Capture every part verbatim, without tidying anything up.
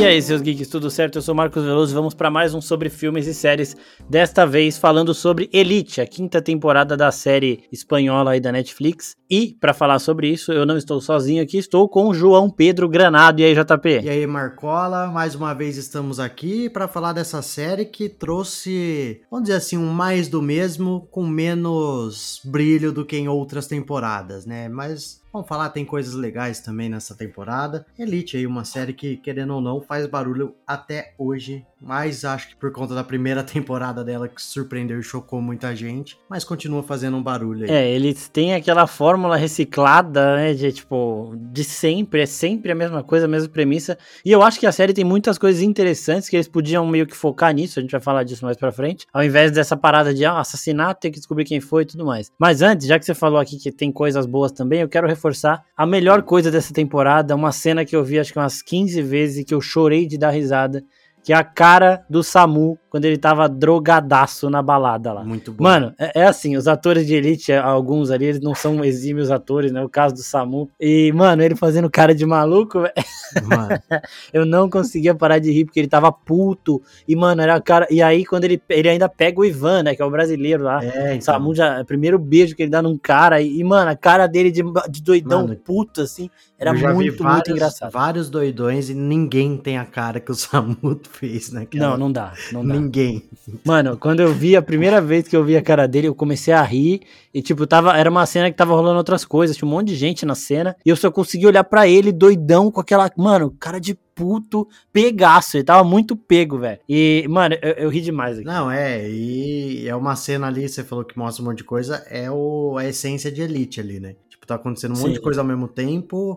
E aí, seus geeks, tudo certo? Eu sou o Marcos Veloso e vamos para mais um sobre filmes e séries, desta vez falando sobre Elite, a quinta temporada da série espanhola aí da Netflix. E, para falar sobre isso, eu não estou sozinho aqui, estou com o João Pedro Granado. E aí, J P? E aí, Marcola, mais uma vez estamos aqui para falar dessa série que trouxe, vamos dizer assim, um mais do mesmo, com menos brilho do que em outras temporadas, né? Mas... vamos falar, tem coisas legais também nessa temporada. Elite aí, uma série que, querendo ou não, faz barulho até hoje. Mas acho que por conta da primeira temporada dela, que surpreendeu e chocou muita gente. Mas continua fazendo um barulho aí. É, eles têm aquela fórmula reciclada, né, de tipo, de sempre, é sempre a mesma coisa, a mesma premissa. E eu acho que a série tem muitas coisas interessantes que eles podiam meio que focar nisso, a gente vai falar disso mais pra frente. Ao invés dessa parada de ah, assassinato, tem que descobrir quem foi e tudo mais. Mas antes, já que você falou aqui que tem coisas boas também, eu quero reforçar a melhor coisa dessa temporada, uma cena que eu vi acho que umas quinze vezes e que eu chorei de dar risada, que é a cara do Samu quando ele tava drogadaço na balada lá. Muito bom. Mano, é, é assim, os atores de Elite, alguns ali, eles não são exímios atores, né? O caso do Samu. E, mano, ele fazendo cara de maluco, velho. Eu não conseguia parar de rir, porque ele tava puto. E, mano, era a cara... E aí, quando ele, ele ainda pega o Ivan, né? Que é o brasileiro lá. É, então. Samu já... É o primeiro beijo que ele dá num cara. E, e mano, a cara dele de, de doidão, mano, puto, assim, era muito, vários, muito engraçado. Vários doidões e ninguém tem a cara que o Samu fez, né? Não, não dá, não dá. Ninguém. Mano, quando eu vi, a primeira vez que eu vi a cara dele, eu comecei a rir. E, tipo, tava, era uma cena que tava rolando outras coisas. Tinha um monte de gente na cena. E eu só consegui olhar pra ele, doidão, com aquela... Mano, cara de puto, pegaço. Ele tava muito pego, velho. E, mano, eu, eu ri demais aqui. Não, é. E é uma cena ali, você falou que mostra um monte de coisa. É o, a essência de Elite ali, né? Tá acontecendo um Sim. monte de coisa ao mesmo tempo,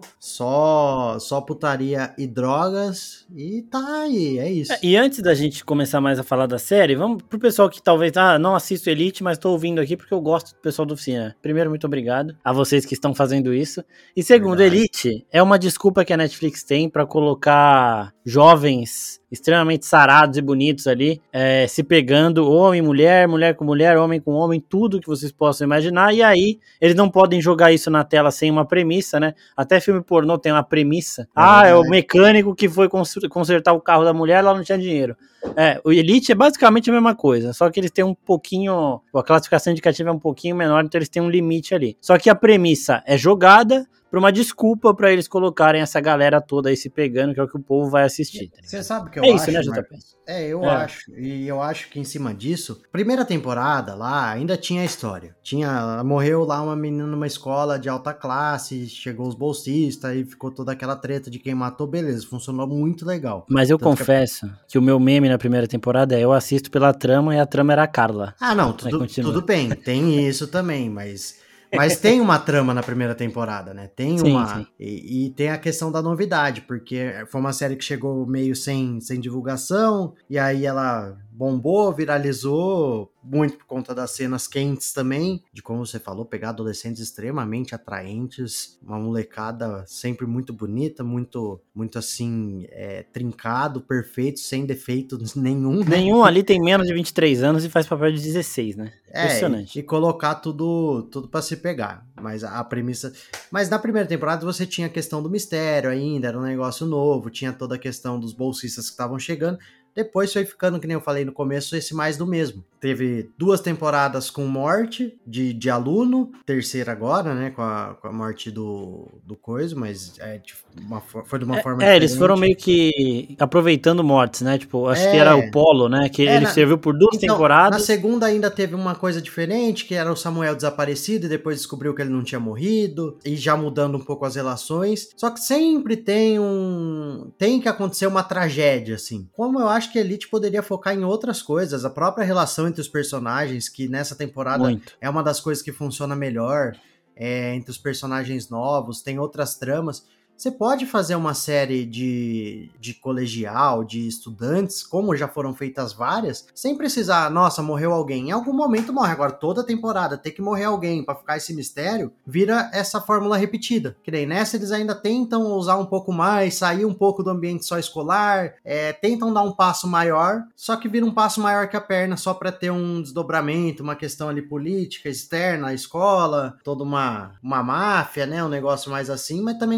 só, só putaria e drogas, e tá aí, é isso. É, e antes da gente começar mais a falar da série, vamos pro pessoal que talvez, ah, não assisto Elite, mas tô ouvindo aqui porque eu gosto do pessoal do Oficina. Primeiro, muito obrigado a vocês que estão fazendo isso. E segundo, Verdade. Elite é uma desculpa que a Netflix tem pra colocar jovens extremamente sarados e bonitos ali, é, se pegando, homem, mulher, mulher com mulher, homem com homem, tudo que vocês possam imaginar, e aí eles não podem jogar isso na tela sem uma premissa, né? Até filme pornô tem uma premissa. É, ah, é o mecânico que foi consertar o carro da mulher, ela não tinha dinheiro. É, o Elite é basicamente a mesma coisa, só que eles têm um pouquinho, a classificação indicativa é um pouquinho menor, então eles têm um limite ali. Só que a premissa é jogada por uma desculpa pra eles colocarem essa galera toda aí se pegando, que é o que o povo vai assistir. Tá Você sabe o que eu é acho, isso, né, J P? É, eu é. acho, e eu acho que em cima disso, primeira temporada lá, ainda tinha a história. Tinha, morreu lá uma menina numa escola de alta classe, chegou os bolsistas, e ficou toda aquela treta de quem matou, beleza, funcionou muito legal. Mas eu Tanto confesso que... que o meu meme na primeira temporada é eu assisto pela trama e a trama era a Carla. Ah, não, tudo, tudo bem, tem isso também, mas... Mas tem uma trama na primeira temporada, né? Tem sim, uma... Sim. E, e tem a questão da novidade, porque foi uma série que chegou meio sem, sem divulgação, e aí ela bombou, viralizou, muito por conta das cenas quentes também, de como você falou, pegar adolescentes extremamente atraentes, uma molecada sempre muito bonita, muito, muito assim, é, trincado, perfeito, sem defeito nenhum. Né? Nenhum ali tem menos de vinte e três anos e faz papel de dezesseis, né? Impressionante. É, e, e colocar tudo, tudo pra se pegar. Mas a, a premissa... Mas na primeira temporada você tinha a questão do mistério ainda, era um negócio novo, tinha toda a questão dos bolsistas que estavam chegando. Depois foi ficando, que nem eu falei no começo, esse mais do mesmo. Teve duas temporadas com morte de, de aluno, terceira agora, né, com a, com a morte do, do coisa, mas é, de uma, foi de uma é, forma é, diferente. Eles foram meio que aproveitando mortes, né, tipo, acho é, que era o Polo, né, que é, ele na, serviu por duas então, temporadas. Na segunda ainda teve uma coisa diferente, que era o Samuel desaparecido e depois descobriu que ele não tinha morrido, e já mudando um pouco as relações, só que sempre tem um... tem que acontecer uma tragédia, assim. Como eu acho que a Elite poderia focar em outras coisas, a própria relação entre os personagens, que nessa temporada Muito. é uma das coisas que funciona melhor, é, entre os personagens novos, tem outras tramas. Você pode fazer uma série de, de colegial, de estudantes, como já foram feitas várias, sem precisar, nossa, morreu alguém. Em algum momento morre. Agora, toda temporada ter que morrer alguém pra ficar esse mistério, vira essa fórmula repetida. Que nem nessa eles ainda tentam usar um pouco mais, sair um pouco do ambiente só escolar, é, tentam dar um passo maior, só que vira um passo maior que a perna, só pra ter um desdobramento, uma questão ali política, externa, a escola, toda uma, uma máfia, né, um negócio mais assim, mas também não funciona.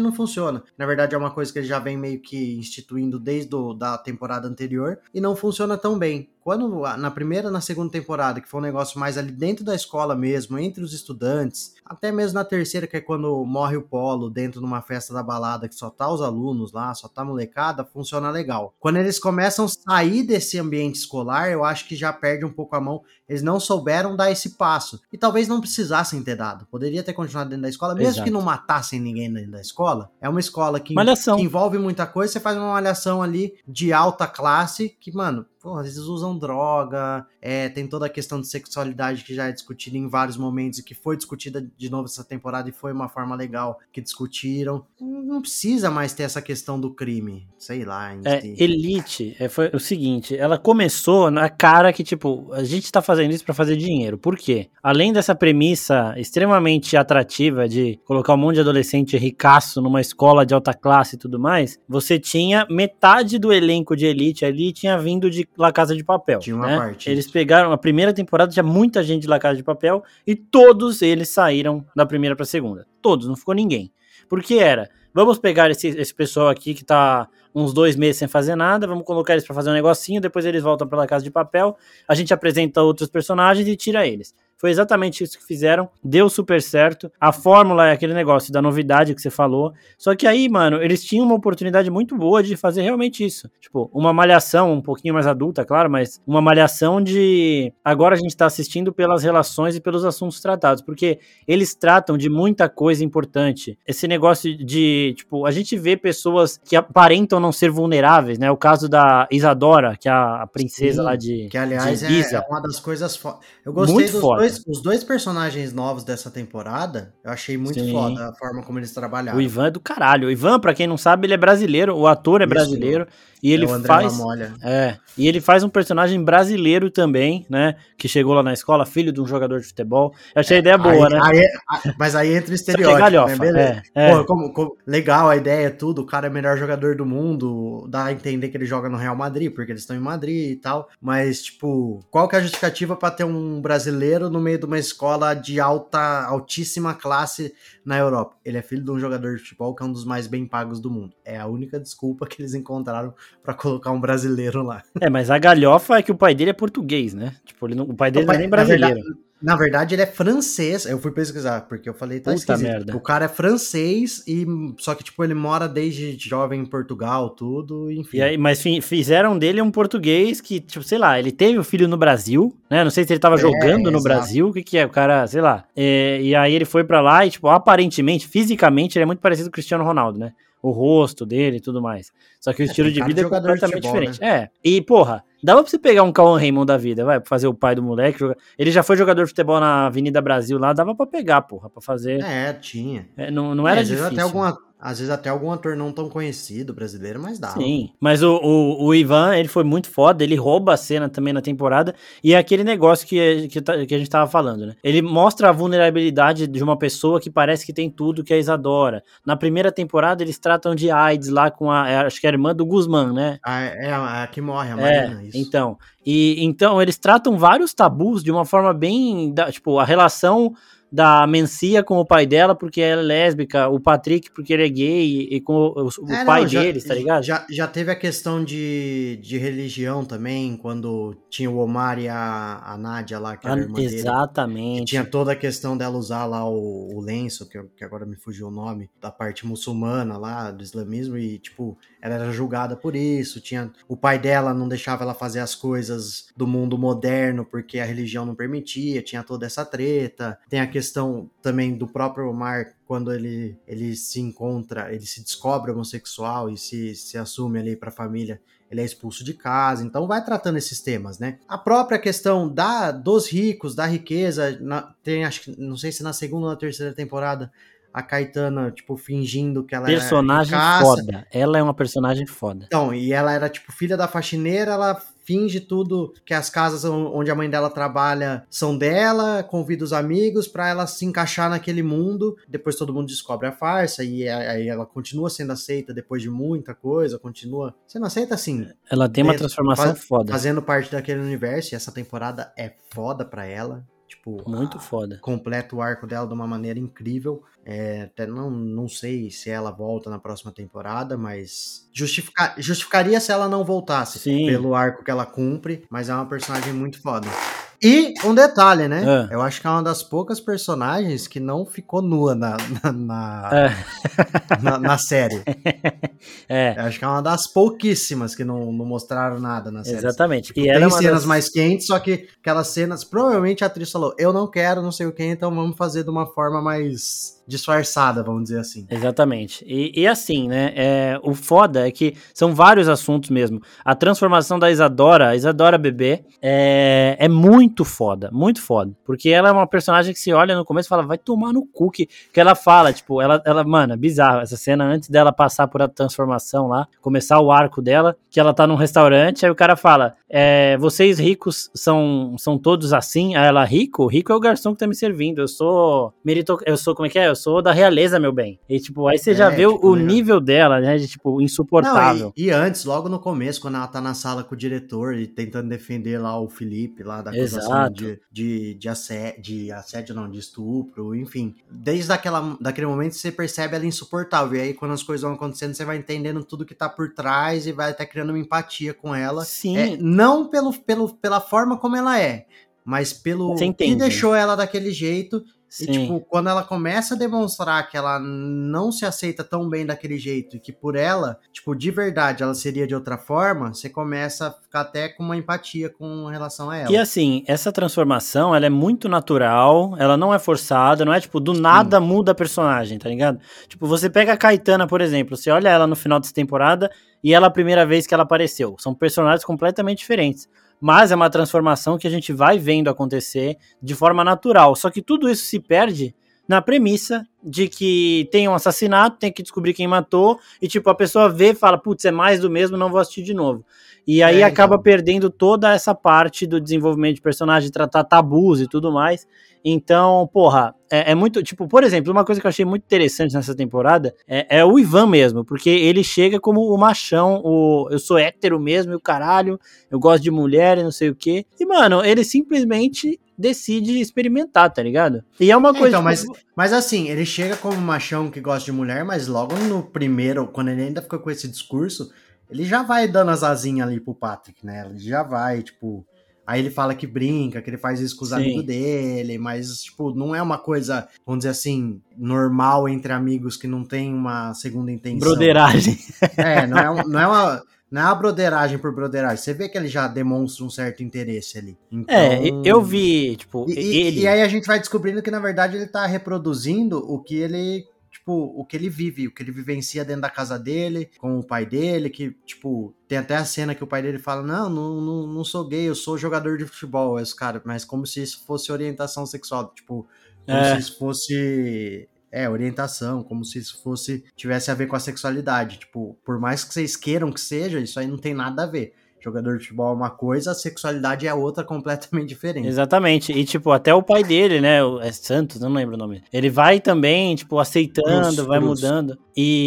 funciona. Na verdade, é uma coisa que ele já vem meio que instituindo desde a da temporada anterior e não funciona tão bem. Quando na primeira e na segunda temporada, que foi um negócio mais ali dentro da escola mesmo, entre os estudantes, até mesmo na terceira, que é quando morre o Polo dentro de uma festa da balada, que só tá os alunos lá, só tá a molecada, funciona legal. Quando eles começam a sair desse ambiente escolar, eu acho que já perde um pouco a mão. Eles não souberam dar esse passo. E talvez não precisassem ter dado. Poderia ter continuado dentro da escola, mesmo Exato. que não matassem ninguém dentro da escola. É uma escola que, Malhação. que envolve muita coisa, você faz uma malhação ali de alta classe, que, mano, pô, eles usam droga, é, tem toda a questão de sexualidade que já é discutida em vários momentos e que foi discutida de novo essa temporada e foi uma forma legal que discutiram. Não precisa mais ter essa questão do crime, sei lá. É, Elite é, foi o seguinte, ela começou na cara que, tipo, a gente tá fazendo isso pra fazer dinheiro. Por quê? Além dessa premissa extremamente atrativa de colocar um monte de adolescente ricaço numa escola de alta classe e tudo mais, você tinha metade do elenco de Elite ali tinha vindo de La Casa de Papel. Tinha uma né? parte. Eles pegaram a primeira temporada, tinha muita gente de La Casa de Papel e todos eles saíram da primeira pra segunda. Todos, não ficou ninguém. Porque era, vamos pegar esse, esse pessoal aqui que tá uns dois meses sem fazer nada, vamos colocar eles pra fazer um negocinho, depois eles voltam pra La Casa de Papel, a gente apresenta outros personagens e tira eles. Foi exatamente isso que fizeram, deu super certo. A fórmula é aquele negócio da novidade que você falou. Só que aí, mano, eles tinham uma oportunidade muito boa de fazer realmente isso. Tipo, uma malhação um pouquinho mais adulta, claro, mas uma malhação de... Agora a gente tá assistindo pelas relações e pelos assuntos tratados, porque eles tratam de muita coisa importante. Esse negócio de, tipo, a gente vê pessoas que aparentam não ser vulneráveis, né? O caso da Isadora, que é a princesa. Sim, lá de que, aliás, de é, é uma das coisas... Fo... Eu gostei muito dos foda. dois Os dois personagens novos dessa temporada, eu achei muito Sim. foda a forma como eles trabalharam. O Ivan é do caralho. O Ivan, pra quem não sabe, ele é brasileiro, o ator é Isso, brasileiro. E ele é faz. É, e ele faz um personagem brasileiro também, né? Que chegou lá na escola, filho de um jogador de futebol. Eu achei é, a ideia boa, aí, né? Aí, aí, mas aí entra o estereótipo, galhofa, né? Beleza. É, é. Porra, como, como, legal a ideia, tudo. O cara é o melhor jogador do mundo. Dá a entender que ele joga no Real Madrid, porque eles estão em Madrid e tal. Mas, tipo, qual que é a justificativa pra ter um brasileiro no meio de uma escola de alta, altíssima classe na Europa? Ele é filho de um jogador de futebol que é um dos mais bem pagos do mundo. É a única desculpa que eles encontraram pra colocar um brasileiro lá. É, mas a galhofa é que o pai dele é português, né? Tipo, ele não, o pai dele o pai, não é nem brasileiro. Na verdade, na verdade, ele é francês. Eu fui pesquisar, porque eu falei, tá Puta esquisito. merda. O cara é francês, e só que, tipo, ele mora desde jovem em Portugal, tudo, enfim. E aí, mas fizeram dele um português que, tipo, sei lá, ele teve o filho no Brasil, né? Não sei se ele tava é, jogando no exato. Brasil, o que que é? O cara, sei lá. É, e aí ele foi pra lá e, tipo, aparentemente, fisicamente, ele é muito parecido com o Cristiano Ronaldo, né? O rosto dele e tudo mais. Só que o estilo é, de vida de é completamente futebol, diferente. Né? É. E, porra, dava pra você pegar um Cauã Raymond da vida, vai, pra fazer o pai do moleque. Jogar... Ele já foi jogador de futebol na Avenida Brasil lá, dava pra pegar, porra, pra fazer. É, tinha. É, não, não era é, difícil. Até alguma... Às vezes até algum ator não tão conhecido brasileiro, mas dá. Sim, mas o, o, o Ivan, ele foi muito foda, ele rouba a cena também na temporada, e é aquele negócio que, que, que a gente tava falando, né? Ele mostra a vulnerabilidade de uma pessoa que parece que tem tudo, que é a Isadora. Na primeira temporada, eles tratam de AIDS lá com a, acho que é a irmã do Guzmán, né? Ah, é a, a que morre, a Marina, é, isso. Então, e, então, eles tratam vários tabus de uma forma bem, tipo, a relação da Mencia com o pai dela porque ela é lésbica, o Patrick porque ele é gay e com o, o é, pai não, já, deles, tá ligado? Já, já teve a questão de, de religião também, quando tinha o Omar e a, a Nádia lá, que era a irmã dele. Exatamente. Tinha toda a questão dela usar lá o, o lenço, que, que agora me fugiu o nome, da parte muçulmana lá, do islamismo, e tipo, ela era julgada por isso, tinha o pai dela não deixava ela fazer as coisas do mundo moderno porque a religião não permitia, tinha toda essa treta, tem a questão também do próprio Omar, quando ele, ele se encontra, ele se descobre homossexual e se, se assume ali pra família, ele é expulso de casa, então vai tratando esses temas, né? A própria questão da, dos ricos, da riqueza, na, tem, acho que, não sei se na segunda ou na terceira temporada, a Caetana, tipo, fingindo que ela personagem era ricaça. Foda. Ela é uma personagem foda. Então, e ela era, tipo, filha da faxineira, ela finge tudo, que as casas onde a mãe dela trabalha são dela, convida os amigos pra ela se encaixar naquele mundo, depois todo mundo descobre a farsa, e aí ela continua sendo aceita depois de muita coisa, continua sendo aceita assim. Ela tem uma transformação faz, foda. Fazendo parte daquele universo, e essa temporada é foda pra ela. tipo, Muito a, foda. completa o arco dela de uma maneira incrível. É, até não, não sei se ela volta na próxima temporada, mas justifica, justificaria se ela não voltasse, Sim. pelo arco que ela cumpre, mas é uma personagem muito foda. E um detalhe, né? Ah. Eu acho que é uma das poucas personagens que não ficou nua na, na, na, Ah. na, na série. É. Eu acho que é uma das pouquíssimas que não, não mostraram nada na série. Exatamente. Tipo, E tem ela é uma cenas das... mais quentes, só que aquelas cenas, provavelmente a atriz falou, eu não quero, não sei o que, então vamos fazer de uma forma mais disfarçada, vamos dizer assim. Exatamente. E, e assim, né, é, o foda é que são vários assuntos mesmo. A transformação da Isadora, a Isadora bebê, é, é muito foda, muito foda. Porque ela é uma personagem que se olha no começo e fala, vai tomar no cu, que, que ela fala, tipo, ela, ela, mano, é bizarro, essa cena antes dela passar por a transformação lá, começar o arco dela, que ela tá num restaurante, aí o cara fala, é, vocês ricos são, são todos assim? Aí ela, rico? Rico é o garçom que tá me servindo, eu sou merito, eu sou, como é que é? Eu sou da realeza, meu bem. E, tipo, aí você É, já vê tipo, o né? nível dela, né, de, tipo, insuportável. Não, e, e antes, logo no começo, quando ela tá na sala com o diretor e tentando defender lá o Felipe, lá da acusação Exato. de, de, de, assédio, de assédio, não, de estupro, enfim. Desde aquela, daquele momento você percebe ela insuportável. E aí, quando as coisas vão acontecendo, você vai entendendo tudo que tá por trás e vai até criando uma empatia com ela. Sim. É, não pelo, pelo, pela forma como ela é, mas pelo Você entende, que né? deixou ela daquele jeito. Sim. E, tipo, quando ela começa a demonstrar que ela não se aceita tão bem daquele jeito e que por ela, tipo, de verdade, ela seria de outra forma, você começa a ficar até com uma empatia com relação a ela. E assim, essa transformação, ela é muito natural, ela não é forçada, não é tipo, do Sim. nada muda a personagem, tá ligado? Tipo, você pega a Caetana, por exemplo, você olha ela no final dessa temporada e ela a primeira vez que ela apareceu. São personagens completamente diferentes. Mas é uma transformação que a gente vai vendo acontecer de forma natural. Só que tudo isso se perde na premissa de que tem um assassinato, tem que descobrir quem matou, e tipo, a pessoa vê e fala, putz, é mais do mesmo, não vou assistir de novo. E aí é, acaba então. perdendo toda essa parte do desenvolvimento de personagem, tratar tabus e tudo mais. Então, porra, é, é muito, tipo, por exemplo, uma coisa que eu achei muito interessante nessa temporada é, é o Ivan mesmo, porque ele chega como o machão, o eu sou hétero mesmo, e o caralho, eu gosto de mulher e não sei o quê. E, mano, ele simplesmente decide experimentar, tá ligado? E é uma coisa... Então, tipo... mas, mas assim, ele chega como machão que gosta de mulher, mas logo no primeiro, quando ele ainda fica com esse discurso, ele já vai dando as asinhas ali pro Patrick, né? Ele já vai, tipo... Aí ele fala que brinca, que ele faz isso com os Sim. amigos dele, mas, tipo, não é uma coisa, vamos dizer assim, normal entre amigos que não tem uma segunda intenção. Broderagem. É, não é, não é uma... Não é uma broderagem por broderagem. Você vê que ele já demonstra um certo interesse ali. Então... É, eu vi, tipo, e, ele... E aí a gente vai descobrindo que, na verdade, ele tá reproduzindo o que ele... Tipo, o que ele vive, o que ele vivencia dentro da casa dele, com o pai dele, que, tipo, tem até a cena que o pai dele fala, não, não, não, não sou gay, eu sou jogador de futebol, esse cara, mas como se isso fosse orientação sexual, tipo, como é. se isso fosse... É, orientação, como se isso fosse, tivesse a ver com a sexualidade, tipo, por mais que vocês queiram que seja, isso aí não tem nada a ver. Jogador de futebol é uma coisa, a sexualidade é outra completamente diferente. Exatamente, e tipo, até o pai dele, né, é Santos, não lembro o nome, ele vai também, tipo, aceitando, Cruz, vai Cruz. mudando,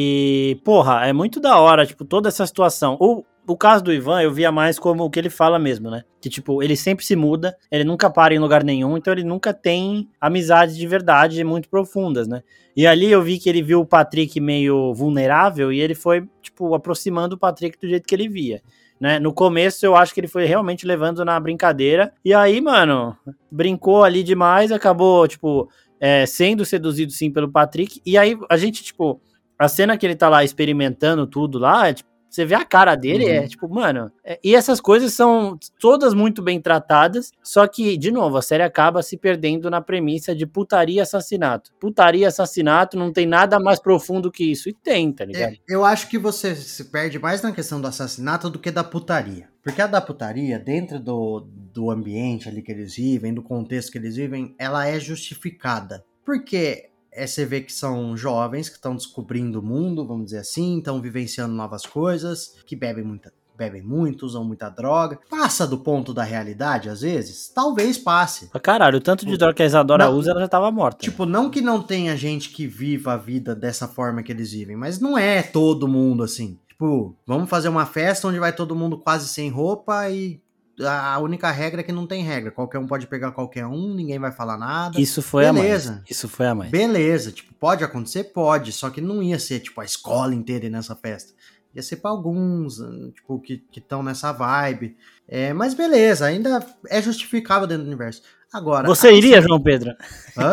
e, porra, é muito da hora, tipo, toda essa situação. O, o caso do Ivan, eu via mais como o que ele fala mesmo, né, que, tipo, ele sempre se muda, ele nunca para em lugar nenhum, então ele nunca tem amizades de verdade muito profundas, né, e ali eu vi que ele viu o Patrick meio vulnerável, e ele foi, tipo, aproximando o Patrick do jeito que ele via. Né? No começo eu acho que ele foi realmente levando na brincadeira, e aí, mano, brincou ali demais, acabou, tipo, é, sendo seduzido sim pelo Patrick, e aí a gente, tipo, a cena que ele tá lá experimentando tudo lá, é, tipo, você vê a cara dele, uhum. é tipo, mano, é, e essas coisas são todas muito bem tratadas, só que, de novo, a série acaba se perdendo na premissa de putaria e assassinato. Putaria e assassinato, não tem nada mais profundo que isso, e tem, tá ligado? É, eu acho que você se perde mais na questão do assassinato do que da putaria. Porque a da putaria, dentro do, do ambiente ali que eles vivem, do contexto que eles vivem, ela é justificada. Porque... É, você vê que são jovens que estão descobrindo o mundo, vamos dizer assim, estão vivenciando novas coisas, que bebem, muita, bebem muito, usam muita droga. Passa do ponto da realidade, às vezes? Talvez passe. Ah, caralho, o tanto de droga que a Isadora não, usa, ela já tava morta. Tipo, né? Não que não tenha gente que viva a vida dessa forma que eles vivem, mas não é todo mundo assim. Tipo, vamos fazer uma festa onde vai todo mundo quase sem roupa e a única regra é que não tem regra. Qualquer um pode pegar qualquer um, ninguém vai falar nada. Isso foi Beleza. a mais. Isso foi a mais. Beleza, tipo, pode acontecer? Pode, só que não ia ser, tipo, a escola inteira ir nessa festa. Ia ser pra alguns, tipo, que estão nessa vibe. É, mas beleza, ainda é justificável dentro do universo. Agora... Você iria, assim... João Pedro? Hã?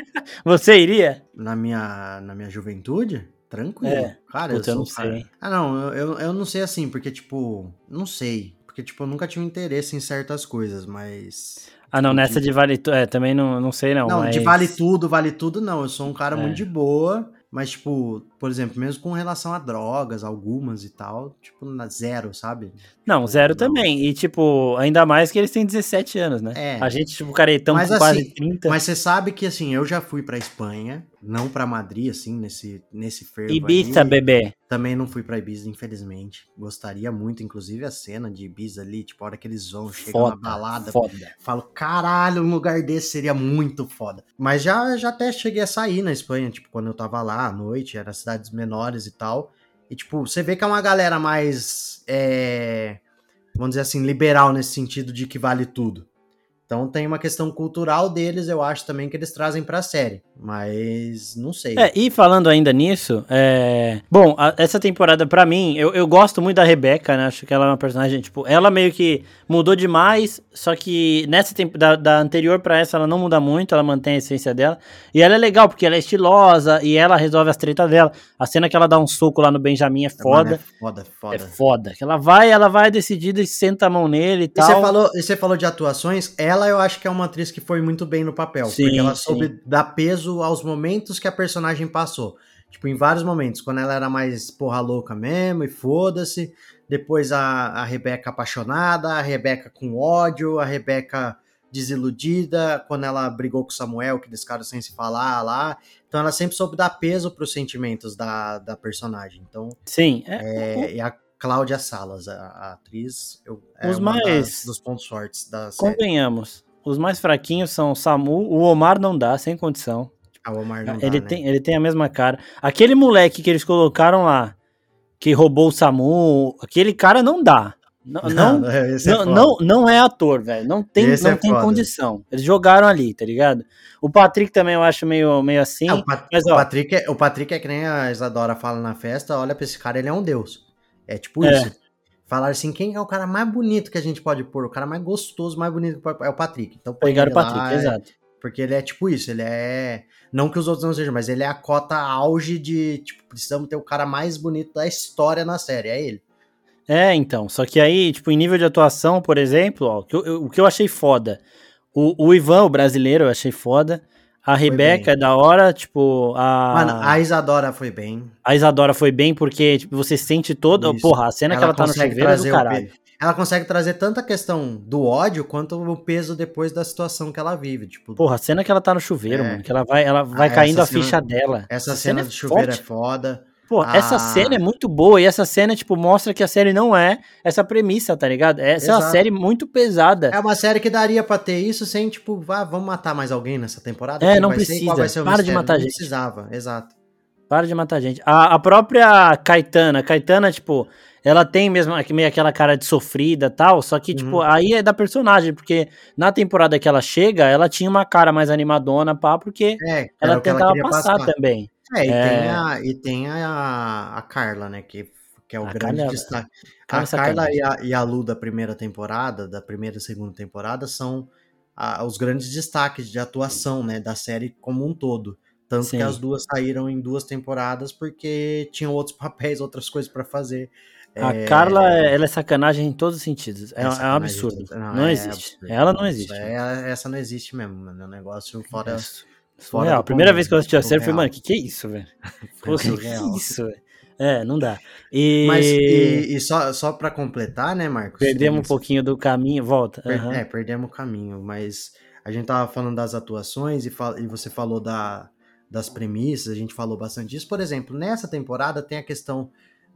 Você iria? Na minha, na minha juventude? Tranquilo. É. Cara, Puta, eu, sou, eu não sei. Cara... Ah, não, eu, eu não sei assim, porque, tipo... Não sei. Porque, tipo, eu nunca tive interesse em certas coisas, mas... Ah, não, nessa de vale tudo, é, também não, não sei não, Não, mas... de vale tudo, vale tudo não, eu sou um cara é. muito de boa, mas, tipo, por exemplo, mesmo com relação a drogas, algumas e tal, tipo, na zero, sabe? Não, tipo, zero não. também, e, tipo, ainda mais que eles têm dezessete anos, né? É. A gente, tipo, caretão mas, com assim, quase trinta. Mas você sabe que, assim, eu já fui pra Espanha, não pra Madrid, assim, nesse, nesse fervo Ibiza, aí. bebê. Também não fui pra Ibiza, infelizmente. Gostaria muito, inclusive a cena de Ibiza ali, tipo, a hora que eles vão, chegam foda, na balada. Foda. Falo, caralho, um lugar desse seria muito foda. Mas já, já até cheguei a sair na Espanha, tipo, quando eu tava lá à noite, era cidades menores e tal. E, tipo, você vê que é uma galera mais, é, vamos dizer assim, liberal nesse sentido de que vale tudo. Então tem uma questão cultural deles, eu acho também que eles trazem pra série, mas não sei. É, e falando ainda nisso, é... bom, a, essa temporada pra mim, eu, eu gosto muito da Rebeca, né, acho que ela é uma personagem, tipo, ela meio que mudou demais, só que nessa temp- da, da anterior pra essa ela não muda muito, ela mantém a essência dela, e ela é legal, porque ela é estilosa, e ela resolve as tretas dela, a cena que ela dá um soco lá no Benjamin é foda. Mano, é foda, foda. É foda, que ela vai, ela vai decidida e senta a mão nele e tal. E você falou, e você falou de atuações, ela eu acho que é uma atriz que foi muito bem no papel, sim, porque ela sim. soube dar peso aos momentos que a personagem passou. Tipo, em vários momentos, quando ela era mais porra louca mesmo, e foda-se, depois a, a Rebeca apaixonada, a Rebeca com ódio, a Rebeca desiludida, quando ela brigou com o Samuel, que eles ficaram sem se falar lá. Então ela sempre soube dar peso pros sentimentos da, da personagem. Então, sim, é, é, e a Cláudia Salas, a, a atriz, eu, é os uma mais das, dos pontos fortes da série. Convenhamos, os mais fraquinhos são o Samu, o Omar não dá, sem condição. Ah, o Omar não ele dá, tem, né? ele tem a mesma cara. Aquele moleque que eles colocaram lá, que roubou o Samu, aquele cara não dá. Não, não, não, é, não, não, não é ator, velho. Não tem, não é tem condição. Eles jogaram ali, tá ligado? O Patrick também eu acho meio, meio assim. É, o, Pat, mas, o, ó, Patrick é, o Patrick é que nem a Isadora fala na festa, olha pra esse cara, ele é um deus. É tipo é. isso. Falaram assim, quem é o cara mais bonito que a gente pode pôr? O cara mais gostoso, mais bonito é o Patrick. Então põe Pegaram ele o Patrick, lá, exato. Porque ele é tipo isso, ele é... Não que os outros não sejam, mas ele é a cota auge de, tipo, precisamos ter o cara mais bonito da história na série, é ele. É, então, só que aí, tipo, em nível de atuação, por exemplo, ó, o, que eu, o que eu achei foda, o, o Ivan, o brasileiro, eu achei foda, a Rebeca é da hora, tipo, a... Mano, a Isadora foi bem. A Isadora foi bem porque, tipo, você sente toda... Isso. Porra, a cena ela que ela tá no chuveiro é do caralho. Pe... Ela consegue trazer tanto a questão do ódio quanto o peso depois da situação que ela vive, tipo... Porra, a cena que ela tá no chuveiro, é. mano, que ela vai, ela vai ah, caindo a cena, ficha dela. Essa, essa cena, cena do chuveiro forte. É foda. Pô, ah. essa cena é muito boa, e essa cena, tipo, mostra que a série não é essa premissa, tá ligado? Essa Exato. É uma série muito pesada. É uma série que daria pra ter isso sem, tipo, ah, vamos matar mais alguém nessa temporada? É, Quem não vai precisa, ser, qual vai ser o para mistério? de matar não gente. Precisava, exato. Para de matar gente. A, a própria Caetana, Caetana, tipo, ela tem mesmo meio aquela cara de sofrida e tal, só que, uhum. tipo, aí é da personagem, porque na temporada que ela chega, ela tinha uma cara mais animadona, pá, porque é, ela tentava ela passar, passar também. É, e, é... Tem, a, e tem a, a Carla, né, que, que é o a grande Carla, destaque. Carla a Carla e a, e a Lu da primeira temporada, da primeira e segunda temporada, são a, os grandes destaques de atuação, né, da série como um todo. Tanto Sim. que as duas saíram em duas temporadas porque tinham outros papéis, outras coisas para fazer. A é... Carla, ela é sacanagem em todos os sentidos. É, é, é um absurdo. Não, não é existe. Absurdo. Ela não existe. É, essa não existe mesmo, mano. É um negócio fora... Fora a primeira comum, vez que eu assisti a série, eu falei, mano, que que é isso, velho? Pô, que que é isso, velho? É, não dá. E... Mas, e, e só, só pra completar, né, Marcos? Perdemos um pouquinho do caminho, volta. Per, uhum. É, perdemos o caminho, mas a gente tava falando das atuações e, fal, e você falou da, das premissas, a gente falou bastante disso. Por exemplo, nessa temporada tem a questão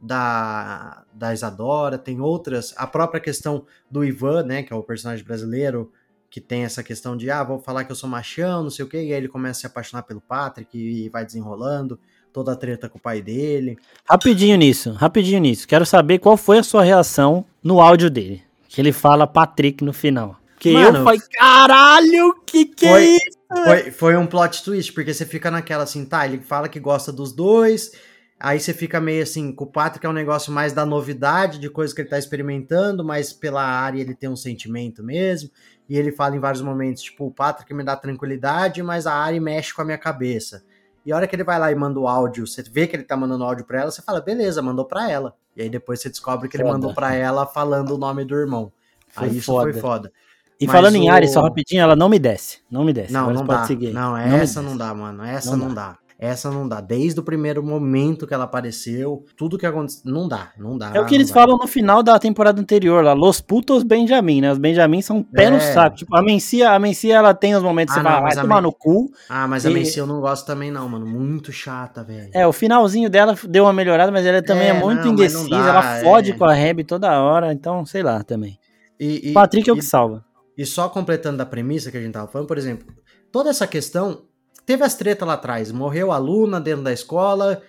da, da Isadora, tem outras, a própria questão do Ivan, né, que é o personagem brasileiro, que tem essa questão de, ah, vou falar que eu sou machão, não sei o quê, e aí ele começa a se apaixonar pelo Patrick e vai desenrolando, toda a treta com o pai dele. Rapidinho nisso, rapidinho nisso. Quero saber qual foi a sua reação no áudio dele. Que ele fala Patrick no final. Que Mano, eu falei, caralho, que que foi, é isso? Foi, foi um plot twist, porque você fica naquela assim, tá, ele fala que gosta dos dois, aí você fica meio assim, com o Patrick é um negócio mais da novidade, de coisa que ele tá experimentando, mas pela área ele tem um sentimento mesmo, e ele fala em vários momentos, tipo, o Patrick me dá tranquilidade, mas a área mexe com a minha cabeça. E a hora que ele vai lá e manda o áudio, você vê que ele tá mandando áudio pra ela, você fala, beleza, mandou pra ela. E aí depois você descobre que Foda. ele mandou pra ela falando o nome do irmão. Foi aí isso foda. foi foda. E Mas falando em o- Ari, só rapidinho, ela não me desce. Não me desce. Não, Agora não você pode dá. seguir. Não, me essa desce. não dá, mano. Essa Não não, dá. Essa não dá. Desde o primeiro momento que ela apareceu, tudo que aconteceu. Não dá, não dá. É o que não eles dá. falam no final da temporada anterior, lá, Los Putos Benjamin, né? Os Benjamin são pé no É. saco. Tipo, a Mencia, a Mencia, ela tem os momentos que Ah, você fala, não, vai mas a tomar Men- no cu. Ah, mas a E- Mency eu não gosto também, não, mano. Muito chata, velho. É, o finalzinho dela deu uma melhorada, mas ela também é, É, muito não, mas não indecisa, dá, ela fode é. com a Reb toda hora, então, sei lá, também. E, e, Patrick é o que e, salva. e só completando da premissa que a gente tava falando, por exemplo, toda essa questão. Teve as tretas lá atrás. Morreu a Luna dentro da escola.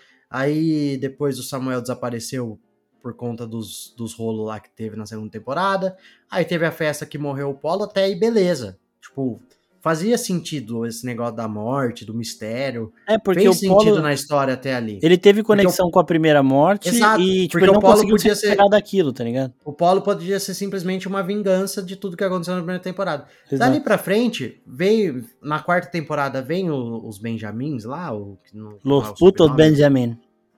Aí depois o Samuel desapareceu por conta dos, dos rolos lá que teve na segunda temporada. Aí teve a festa que morreu o Polo, até aí beleza. Tipo, fazia sentido esse negócio da morte, do mistério. É, porque Fez o sentido Polo, na história até ali. ele teve conexão com a primeira morte Exato, e, tipo, porque ele o não Polo conseguiu se podia ser- recuperar daquilo, tá ligado? O Polo podia ser simplesmente uma vingança de tudo que aconteceu na primeira temporada. Exato. Dali pra frente, veio. Na quarta temporada vem o- os Benjamins lá, o, que não- não é Los o Putos sobrenome. Benjamin.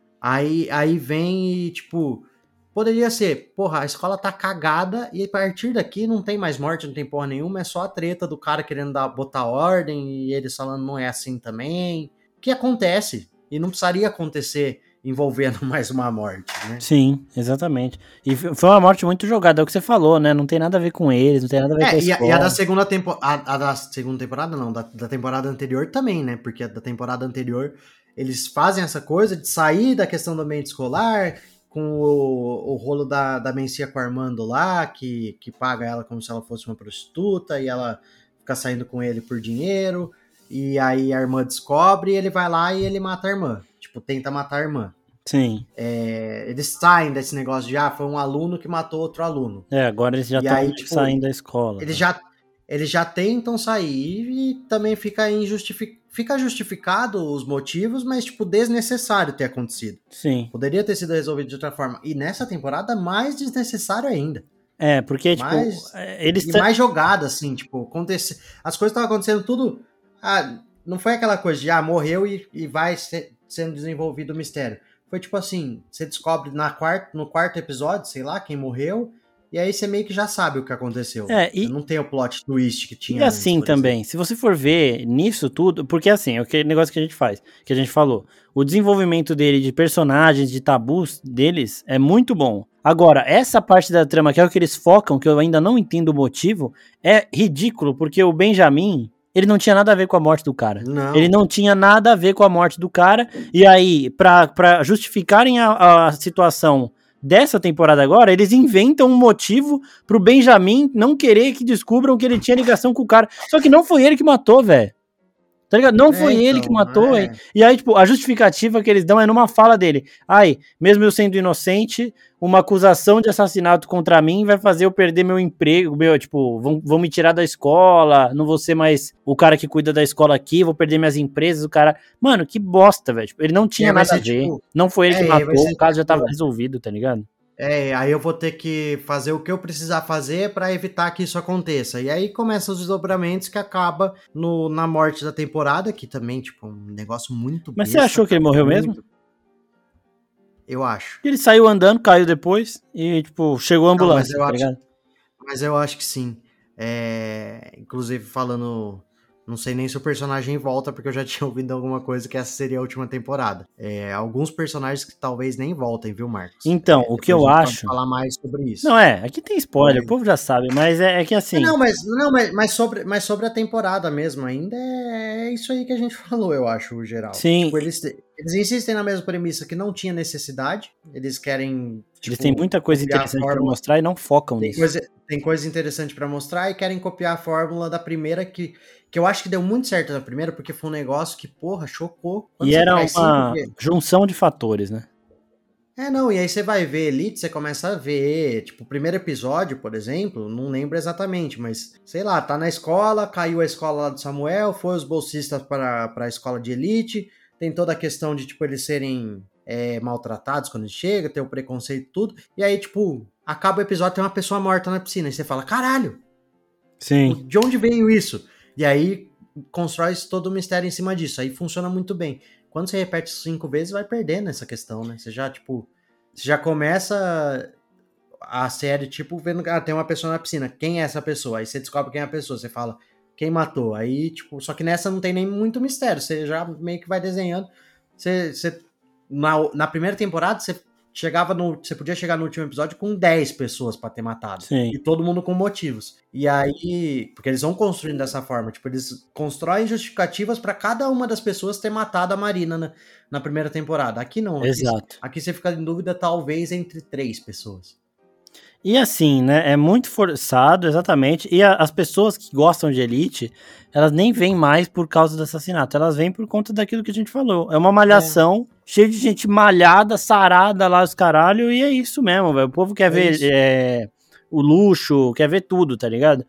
Aí, aí vem e, tipo, poderia ser, porra, a escola tá cagada e a partir daqui não tem mais morte, não tem porra nenhuma, é só a treta do cara querendo dar, botar ordem e eles falando não é assim também. Que acontece e não precisaria acontecer envolvendo mais uma morte, né? Sim, exatamente. E f- foi uma morte muito jogada, é o que você falou, né? Não tem nada a ver com eles, não tem nada a ver com a É, e a, escola. e a da segunda temporada, a, a da segunda temporada não, da, da temporada anterior também, né? Porque a da temporada anterior eles fazem essa coisa de sair da questão do ambiente escolar, com o, o rolo da, da Mencia com o Armando lá, que, que paga ela como se ela fosse uma prostituta, e ela fica saindo com ele por dinheiro, e aí a irmã descobre, e ele vai lá e ele mata a irmã. Tipo, tenta matar a irmã. Sim. É, eles saem desse negócio de, ah, foi um aluno que matou outro aluno. É, agora eles já E estão aí, tipo, saindo da escola. Eles né? já, eles já tentam sair e também fica, injustific... fica justificado os motivos, mas, tipo, desnecessário ter acontecido. Sim. Poderia ter sido resolvido de outra forma. E nessa temporada, mais desnecessário ainda. É, porque, tipo, mais, é, eles... E t- mais jogada, assim, tipo, aconte... as coisas estavam acontecendo tudo... Ah, não foi aquela coisa de, ah, morreu e, e vai ser, sendo desenvolvido o mistério. Foi tipo assim, você descobre na quarta, no quarto episódio, sei lá, quem morreu... E aí você meio que já sabe o que aconteceu. É, e- Não tem o plot twist que tinha E assim antes, por também, se você for ver nisso tudo, porque assim, é aquele negócio que a gente faz, que a gente falou, o desenvolvimento dele de personagens, de tabus deles é muito bom. Agora, essa parte da trama que é o que eles focam, que eu ainda não entendo o motivo, é ridículo, porque o Benjamin, ele não tinha nada a ver com a morte do cara. Não. Ele não tinha nada a ver com a morte do cara, e aí, pra, pra justificarem a, a situação dessa temporada agora, eles inventam um motivo pro Benjamin não querer que descubram que ele tinha ligação com o cara. Só que não foi ele que matou, velho. Tá ligado? Não É, foi ele então, que matou, é. hein? E aí, tipo, a justificativa que eles dão é numa fala dele. Ai, mesmo eu sendo inocente, uma acusação de assassinato contra mim vai fazer eu perder meu emprego, meu, tipo, vão, vão me tirar da escola, não vou ser mais o cara que cuida da escola aqui, vou perder minhas empresas, o cara... Mano, que bosta, velho. Tipo, ele não tinha aí vai nada a ser, ver. tipo, Não foi ele é, que e aí vai matou, ser, o caso já tava tipo, resolvido, tá ligado? É, aí eu vou ter que fazer o que eu precisar fazer pra evitar que isso aconteça. E aí começam os desdobramentos que acaba no, na morte da temporada, que também, tipo, um negócio muito Mas você besta, achou que ele cara, morreu muito. mesmo? Eu acho. Ele saiu andando, caiu depois e, tipo, chegou a Não, mas ambulância, eu tá acho, ligado? mas eu acho que sim. É, inclusive falando... Não sei nem se o personagem volta, porque eu já tinha ouvido alguma coisa que essa seria a última temporada. É, alguns personagens que talvez nem voltem, viu, Marcos? Então, É, o que depois eu a gente pode acho... falar mais sobre isso. Não, é, aqui tem spoiler, É. o povo já sabe, mas é, é que assim... Não, mas, não, mas, mas, sobre, mas sobre a temporada mesmo ainda, é, é isso aí que a gente falou, eu acho, o geral. Sim. Tipo, eles, eles insistem na mesma premissa que não tinha necessidade, eles querem... Tipo, Eles têm muita coisa copiar a interessante pra fórmula. mostrar e não focam Tem nisso. coisa, tem coisa interessante pra mostrar e querem copiar a fórmula da primeira, que, que eu acho que deu muito certo na primeira, porque foi um negócio que, porra, chocou. Quando E você era traz uma cinco- junção de fatores, né? É, não, e aí você vai ver Elite, você começa a ver, tipo, o primeiro episódio, por exemplo, não lembro exatamente, mas, sei lá, tá na escola, caiu a escola lá do Samuel, foi os bolsistas para a escola de Elite, tem toda a questão de, tipo, eles serem é, maltratados quando eles chegam, tem o preconceito e tudo, e aí, tipo, acaba o episódio, tem uma pessoa morta na piscina, e você fala, caralho, Sim. de onde veio isso? E aí, constrói todo o mistério em cima disso, aí funciona muito bem. Quando você repete cinco vezes, vai perdendo essa questão, né? Você já, tipo, você já começa a série, tipo, vendo que ah, tem uma pessoa na piscina. Quem é essa pessoa? Aí você descobre quem é a pessoa. Você fala, quem matou? Aí, tipo, só que nessa não tem nem muito mistério. Você já meio que vai desenhando. Você, você na, na primeira temporada, você chegava no. Você podia chegar no último episódio com dez pessoas pra ter matado. Sim. E todo mundo com motivos. E aí. Porque eles vão construindo dessa forma. Tipo, eles constroem justificativas pra cada uma das pessoas ter matado a Marina na, na primeira temporada. Aqui não. Aqui, Exato. aqui você fica em dúvida, talvez, entre três pessoas. E assim, né, é muito forçado, exatamente, e a, as pessoas que gostam de Elite, elas nem vêm mais por causa do assassinato, elas vêm por conta daquilo que a gente falou. É uma malhação, é. cheia de gente malhada, sarada lá, os caralho, e é isso mesmo, velho. O povo quer é ver é, o luxo, quer ver tudo, tá ligado?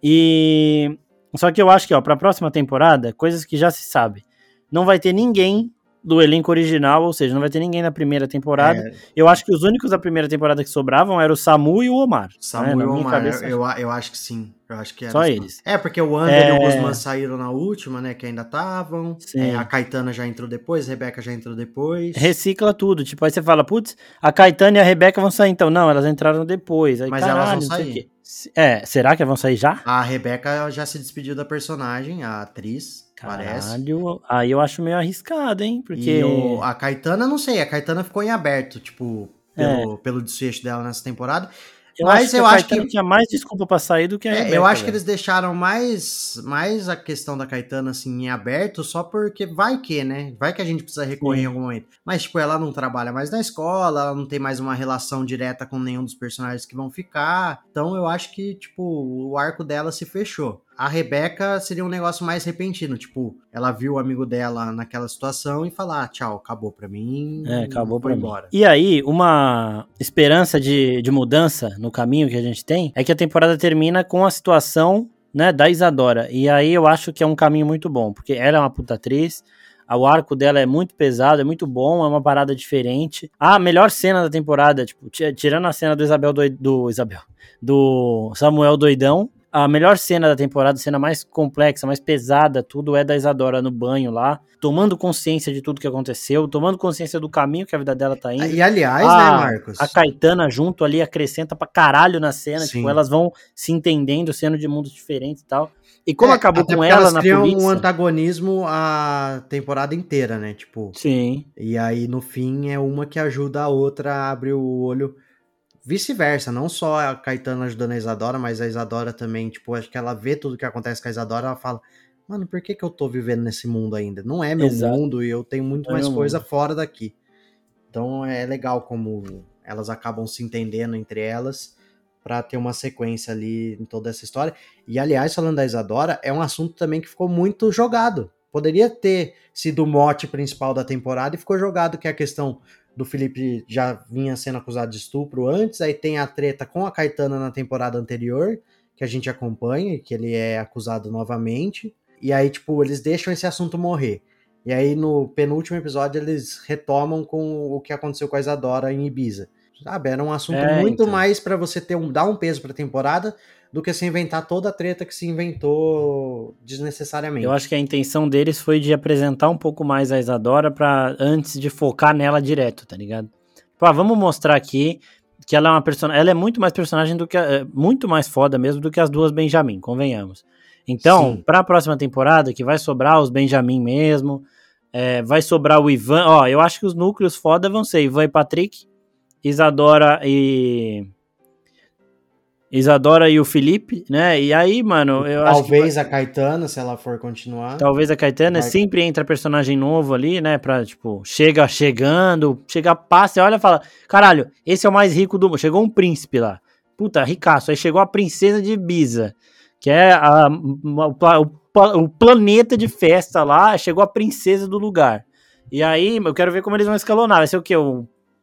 E... Só que eu acho que, ó, pra próxima temporada, coisas que já se sabe, não vai ter ninguém do elenco original, ou seja, não vai ter ninguém na primeira temporada. É. Eu acho que os únicos da primeira temporada que sobravam eram o Samu e o Omar. Samu né? e o Omar, cabeça, eu, eu, eu acho que sim. Eu acho que era só assim. eles. É, porque o Ander é... e o Guzmán saíram na última, né, que ainda estavam. É, a Caetana já entrou depois, a Rebeca já entrou depois. Recicla tudo, tipo, aí você fala, putz, a Caetana e a Rebeca vão sair então. Não, elas entraram depois. Aí, Mas caralho, elas vão sair. É, será que elas vão sair já? A Rebeca já se despediu da personagem, a atriz. Caralho, parece. Aí eu acho meio arriscado, hein? Porque e o, a Caetana, não sei, a Caetana ficou em aberto, tipo, pelo, é. pelo desfecho dela nessa temporada. Eu Mas acho que eu a acho Caetana que tinha mais desculpa pra sair do que a é, Rebeca. Eu acho velho. que eles deixaram mais, mais a questão da Caetana, assim, em aberto, só porque vai que, né? Vai que a gente precisa recorrer Sim. em algum momento. Mas, tipo, ela não trabalha mais na escola, ela não tem mais uma relação direta com nenhum dos personagens que vão ficar. Então, eu acho que, tipo, o arco dela se fechou. A Rebeca seria um negócio mais repentino, tipo, ela viu o amigo dela naquela situação e falar, ah, tchau, acabou pra mim, é, acabou foi pra embora. Mim. E aí, uma esperança de, de mudança no caminho que a gente tem é que a temporada termina com a situação, né, da Isadora, e aí eu acho que é um caminho muito bom, porque ela é uma puta atriz, o arco dela é muito pesado, é muito bom, é uma parada diferente. A melhor cena da temporada, tipo, tirando a cena do Isabel do, do Isabel, do Samuel doidão, a melhor cena da temporada, a cena mais complexa, mais pesada, tudo é da Isadora no banho lá, tomando consciência de tudo que aconteceu, tomando consciência do caminho que a vida dela tá indo. E aliás, a, né, Marcos? A Caetana junto ali acrescenta pra caralho na cena, Sim. tipo, elas vão se entendendo, sendo de mundos diferentes e tal. E como é, acabou com ela elas na criam polícia... um antagonismo a temporada inteira, né, tipo... Sim. E aí, no fim, é uma que ajuda a outra a abrir o olho... Vice-versa, não só a Caetana ajudando a Isadora, mas a Isadora também, tipo, acho que ela vê tudo que acontece com a Isadora, ela fala, mano, por que que eu tô vivendo nesse mundo ainda? Não é meu Exato. mundo e eu tenho muito não mais é coisa mundo. fora daqui. Então é legal como elas acabam se entendendo entre elas pra ter uma sequência ali em toda essa história. E, aliás, falando da Isadora, é um assunto também que ficou muito jogado. Poderia ter sido o mote principal da temporada e ficou jogado, que é a questão... do Felipe já vinha sendo acusado de estupro antes, aí tem a treta com a Caetana na temporada anterior, que a gente acompanha, que ele é acusado novamente, e aí, tipo, eles deixam esse assunto morrer. E aí, no penúltimo episódio, eles retomam com o que aconteceu com a Isadora em Ibiza. Sabe, era um assunto é, muito então. mais pra você ter um, dar um peso pra temporada, do que se inventar toda a treta que se inventou desnecessariamente. Eu acho que a intenção deles foi de apresentar um pouco mais a Isadora pra, antes de focar nela direto, tá ligado? Pô, vamos mostrar aqui que ela é uma personagem, ela é muito mais personagem do que, a, muito mais foda mesmo do que as duas Benjamin, convenhamos. Então, Sim. pra próxima temporada, que vai sobrar os Benjamin mesmo, é, vai sobrar o Ivan, ó, eu acho que os núcleos foda vão ser Ivan e Patrick, Isadora e... Isadora e o Felipe, né? E aí, mano, eu talvez acho que... Talvez a Caetana, se ela for continuar. Talvez a Caetana, vai... sempre entra personagem novo ali, né? Pra, tipo, chega chegando, chega, passa e olha e fala, caralho, esse é o mais rico do mundo. Chegou um príncipe lá. Puta, ricaço. Aí chegou a princesa de Ibiza, que é a, o, o, o planeta de festa lá. Chegou a princesa do lugar. E aí, eu quero ver como eles vão escalonar. Vai ser o quê? O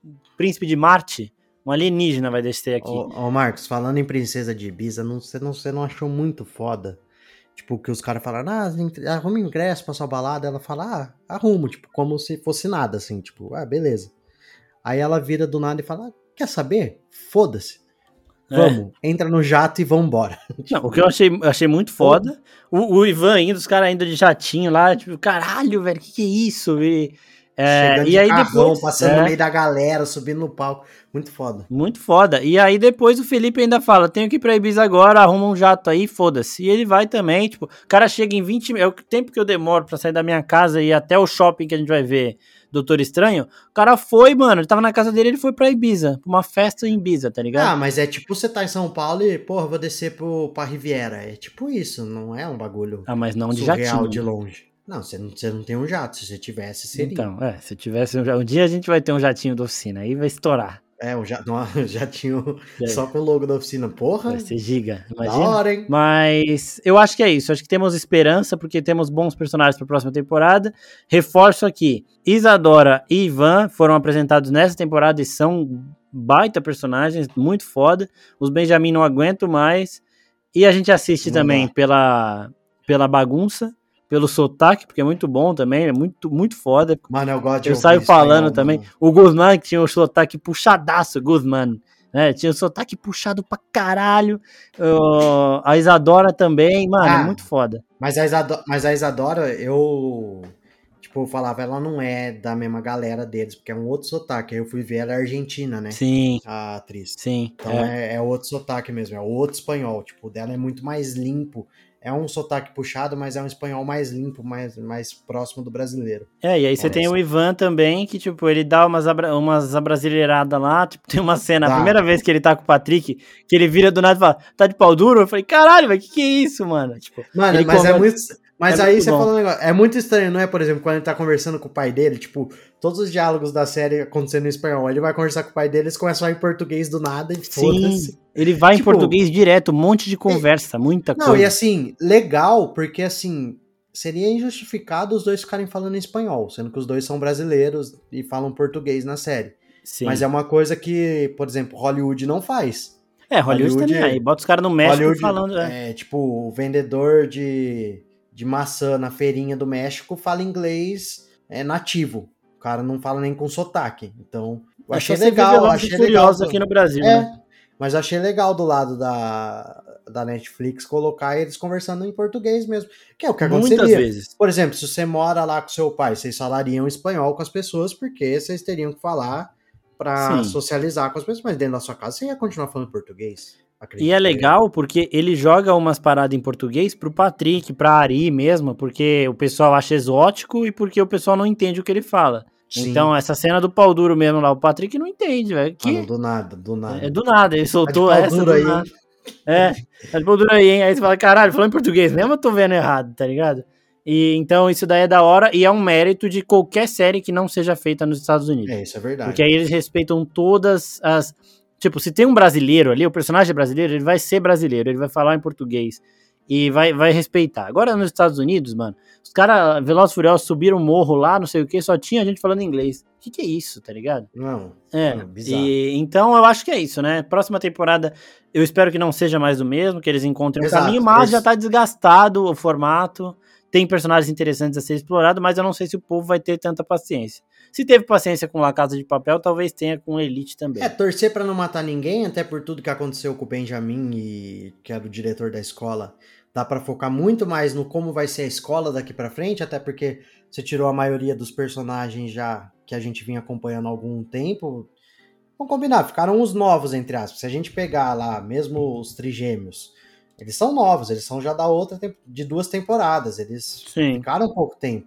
príncipe de Marte, um alienígena vai descer aqui. Ô, ô Marcos, falando em Princesa de Ibiza, não, você, não, você não achou muito foda? Tipo, que os caras falaram, ah, arruma ingresso pra sua balada. Ela fala, ah, arrumo, tipo, como se fosse nada, assim, tipo, ah, beleza. Aí ela vira do nada e fala, ah, quer saber? Foda-se. Vamos, é. entra no jato e vambora. Não, tipo, o que eu achei, achei muito foda, o, o Ivan indo, os caras indo de jatinho lá, tipo, caralho, velho, que que é isso? E, é, Chegando e de aí carrão, depois, passando é, no meio da galera, subindo no palco, muito foda. Muito foda. E aí depois o Felipe ainda fala, tenho que ir pra Ibiza agora, arruma um jato aí, foda-se. E ele vai também, tipo, o cara chega em vinte, é o tempo que eu demoro pra sair da minha casa e ir até o shopping que a gente vai ver Doutor Estranho, o cara foi, mano, ele tava na casa dele, ele foi pra Ibiza, pra uma festa em Ibiza, tá ligado? Ah, mas é tipo você tá em São Paulo e, porra, vou descer pro, pra Riviera, é tipo isso, não é um bagulho ah, mas não de surreal jatinho. de longe. Não, você não, você não tem um jato, se você tivesse, seria. Então, é, se tivesse um, um dia a gente vai ter um jatinho da oficina, aí vai estourar. É, um jato, um jatinho é. só com o logo da oficina, porra. Vai ser giga, imagina. Da hora, hein? Mas eu acho que é isso, acho que temos esperança, porque temos bons personagens pra próxima temporada. Reforço aqui, Isadora e Ivan foram apresentados nessa temporada e são baita personagens, muito foda. Os Benjamin não aguento mais. E a gente assiste não também pela, pela bagunça, pelo sotaque, porque é muito bom também, é muito, muito foda. Mano, eu gosto de Eu saio falando espanhol, também. Mano. O Guzmán, que tinha o sotaque puxadaço, Guzmán, né? Tinha o sotaque puxado pra caralho. Uh, a Isadora também, mano, ah, é muito foda. Mas a, Isadora, mas a Isadora, eu... Tipo, eu falava, ela não é da mesma galera deles, porque é um outro sotaque. Aí eu fui ver, ela é argentina, né? Sim. A atriz. Sim. Então é, é, é outro sotaque mesmo, é outro espanhol. Tipo, o dela é muito mais limpo. É um sotaque puxado, mas é um espanhol mais limpo, mais, mais próximo do brasileiro. É, e aí você tem o Ivan também, que, tipo, ele dá umas, abra, umas abrasileiradas lá, tipo, tem uma cena, tá. A primeira vez que ele tá com o Patrick, que ele vira do nada e fala, tá de pau duro? Eu falei, caralho, velho, que que é isso, mano? Tipo, mano, mas come... é muito... Mas é aí você falou um negócio, é muito estranho, não é? Por exemplo, quando ele tá conversando com o pai dele, tipo, todos os diálogos da série acontecendo em espanhol, ele vai conversar com o pai dele, eles começam a falar em português do nada e foda-se. Sim, ele vai tipo, em português direto, um monte de conversa, e, muita não, coisa. Não, e assim, legal, porque assim, seria injustificado os dois ficarem falando em espanhol, sendo que os dois são brasileiros e falam português na série. Sim. Mas é uma coisa que, por exemplo, Hollywood não faz. É, Hollywood, Hollywood também, aí bota os caras no México Hollywood, falando... É. é, tipo, o vendedor de... de maçã na feirinha do México fala inglês é, nativo. O cara não fala nem com sotaque. Então, eu achei legal. Achei legal aqui no Brasil, é, né? Mas achei legal do lado da, da Netflix colocar eles conversando em português mesmo. Que é o que aconteceria. Muitas vezes. Por exemplo, se você mora lá com seu pai, vocês falariam espanhol com as pessoas, porque vocês teriam que falar para socializar com as pessoas. Mas dentro da sua casa, você ia continuar falando português. E é legal porque ele joga umas paradas em português pro Patrick, pra Ari mesmo, porque o pessoal acha exótico e porque o pessoal não entende o que ele fala. Sim. Então, essa cena do pau duro mesmo lá, o Patrick não entende, velho. Que... Ah, do nada, do nada. É do nada, ele soltou tá essa do aí. nada. É, tá de pau duro aí, hein? Aí você fala, caralho, falou em português mesmo, eu tô vendo errado, tá ligado? E então isso daí é da hora e é um mérito de qualquer série que não seja feita nos Estados Unidos. É, isso é verdade. Porque aí eles respeitam todas as... Tipo, se tem um brasileiro ali, o personagem é brasileiro, ele vai ser brasileiro, ele vai falar em português e vai, vai respeitar. Agora nos Estados Unidos, mano, os caras, Velozes e Furiosos, subiram um morro lá, não sei o que, só tinha gente falando inglês. O que que é isso, tá ligado? Não, é, não, bizarro. E, então eu acho que é isso, né? Próxima temporada, eu espero que não seja mais o mesmo, que eles encontrem o um caminho, mas já tá desgastado o formato, tem personagens interessantes a ser explorado, mas eu não sei se o povo vai ter tanta paciência. Se teve paciência com La Casa de Papel, talvez tenha com Elite também. É, torcer pra não matar ninguém, até por tudo que aconteceu com o Benjamin, e, que era o diretor da escola, dá pra focar muito mais no como vai ser a escola daqui pra frente, até porque você tirou a maioria dos personagens já que a gente vinha acompanhando há algum tempo. Vamos combinar, ficaram os novos, entre aspas. Se a gente pegar lá, mesmo os trigêmeos, eles são novos, eles são já da outra, de duas temporadas, eles Sim. ficaram pouco tempo.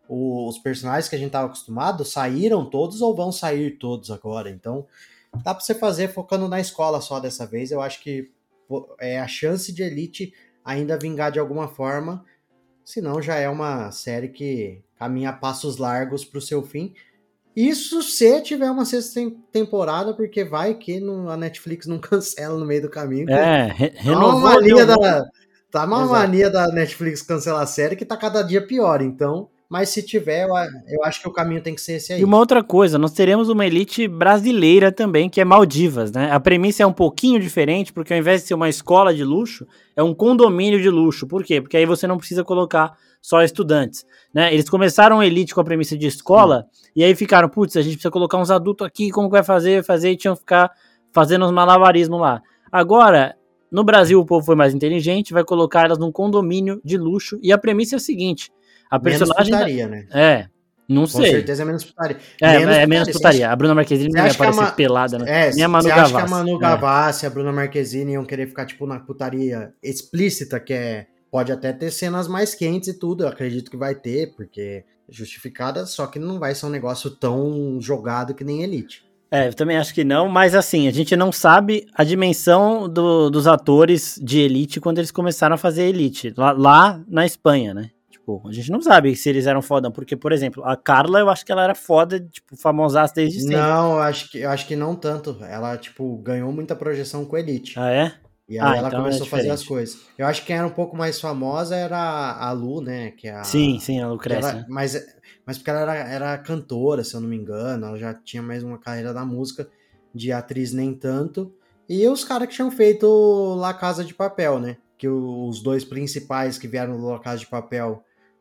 Os personagens que a gente estava acostumado saíram todos ou vão sair todos agora, então dá para você fazer focando na escola só dessa vez. Eu acho que é a chance de Elite ainda vingar de alguma forma, senão já é uma série que caminha a passos largos para o seu fim. Isso se tiver uma sexta temporada, porque vai que não, a Netflix não cancela no meio do caminho. É, re renovou. Tá uma mania da, tá uma mania da Netflix cancelar a série que tá cada dia pior, então mas se tiver, eu, eu acho que o caminho tem que ser esse aí. E uma outra coisa, nós teremos uma elite brasileira também, que é Maldivas, né? A premissa é um pouquinho diferente, porque ao invés de ser uma escola de luxo, é um condomínio de luxo. Por quê? Porque aí você não precisa colocar só estudantes, né? Eles começaram a elite com a premissa de escola, Sim. e aí ficaram, putz, a gente precisa colocar uns adultos aqui, como que vai fazer? Vai fazer, e tinham que ficar fazendo os malabarismos lá. Agora, no Brasil o povo foi mais inteligente, vai colocar elas num condomínio de luxo, e a premissa é a seguinte, a personagem... Menos putaria, da... né? É, não Com sei. Com certeza é menos putaria. É, menos é menos putaria. putaria. A Bruna Marquezine não ia aparecer Ma... pelada, né? É, Nem a Manu Gavassi. Você acha que a Manu é. Gavassi, a Bruna Marquezine iam querer ficar, tipo, na putaria explícita, que é... Pode até ter cenas mais quentes e tudo, eu acredito que vai ter, porque é justificada, só que não vai ser um negócio tão jogado que nem Elite. É, eu também acho que não, mas assim, a gente não sabe a dimensão do, dos atores de Elite quando eles começaram a fazer Elite, lá, lá na Espanha, né? Tipo, a gente não sabe se eles eram foda, porque, por exemplo, a Carla, eu acho que ela era foda, tipo, famosaça desde sempre. Não, eu acho que, eu acho que não tanto. Ela, tipo, ganhou muita projeção com Elite. Ah, é? E aí ah, ela então começou é a fazer as coisas. Eu acho que quem era um pouco mais famosa era a Lu, né? Que é a, sim, sim, a Lucrécia. Ela, mas, mas porque ela era, era cantora, se eu não me engano. Ela já tinha mais uma carreira da música, de atriz nem tanto. E os caras que tinham feito La Casa de Papel, né? Que os dois principais que vieram do La Casa de Papel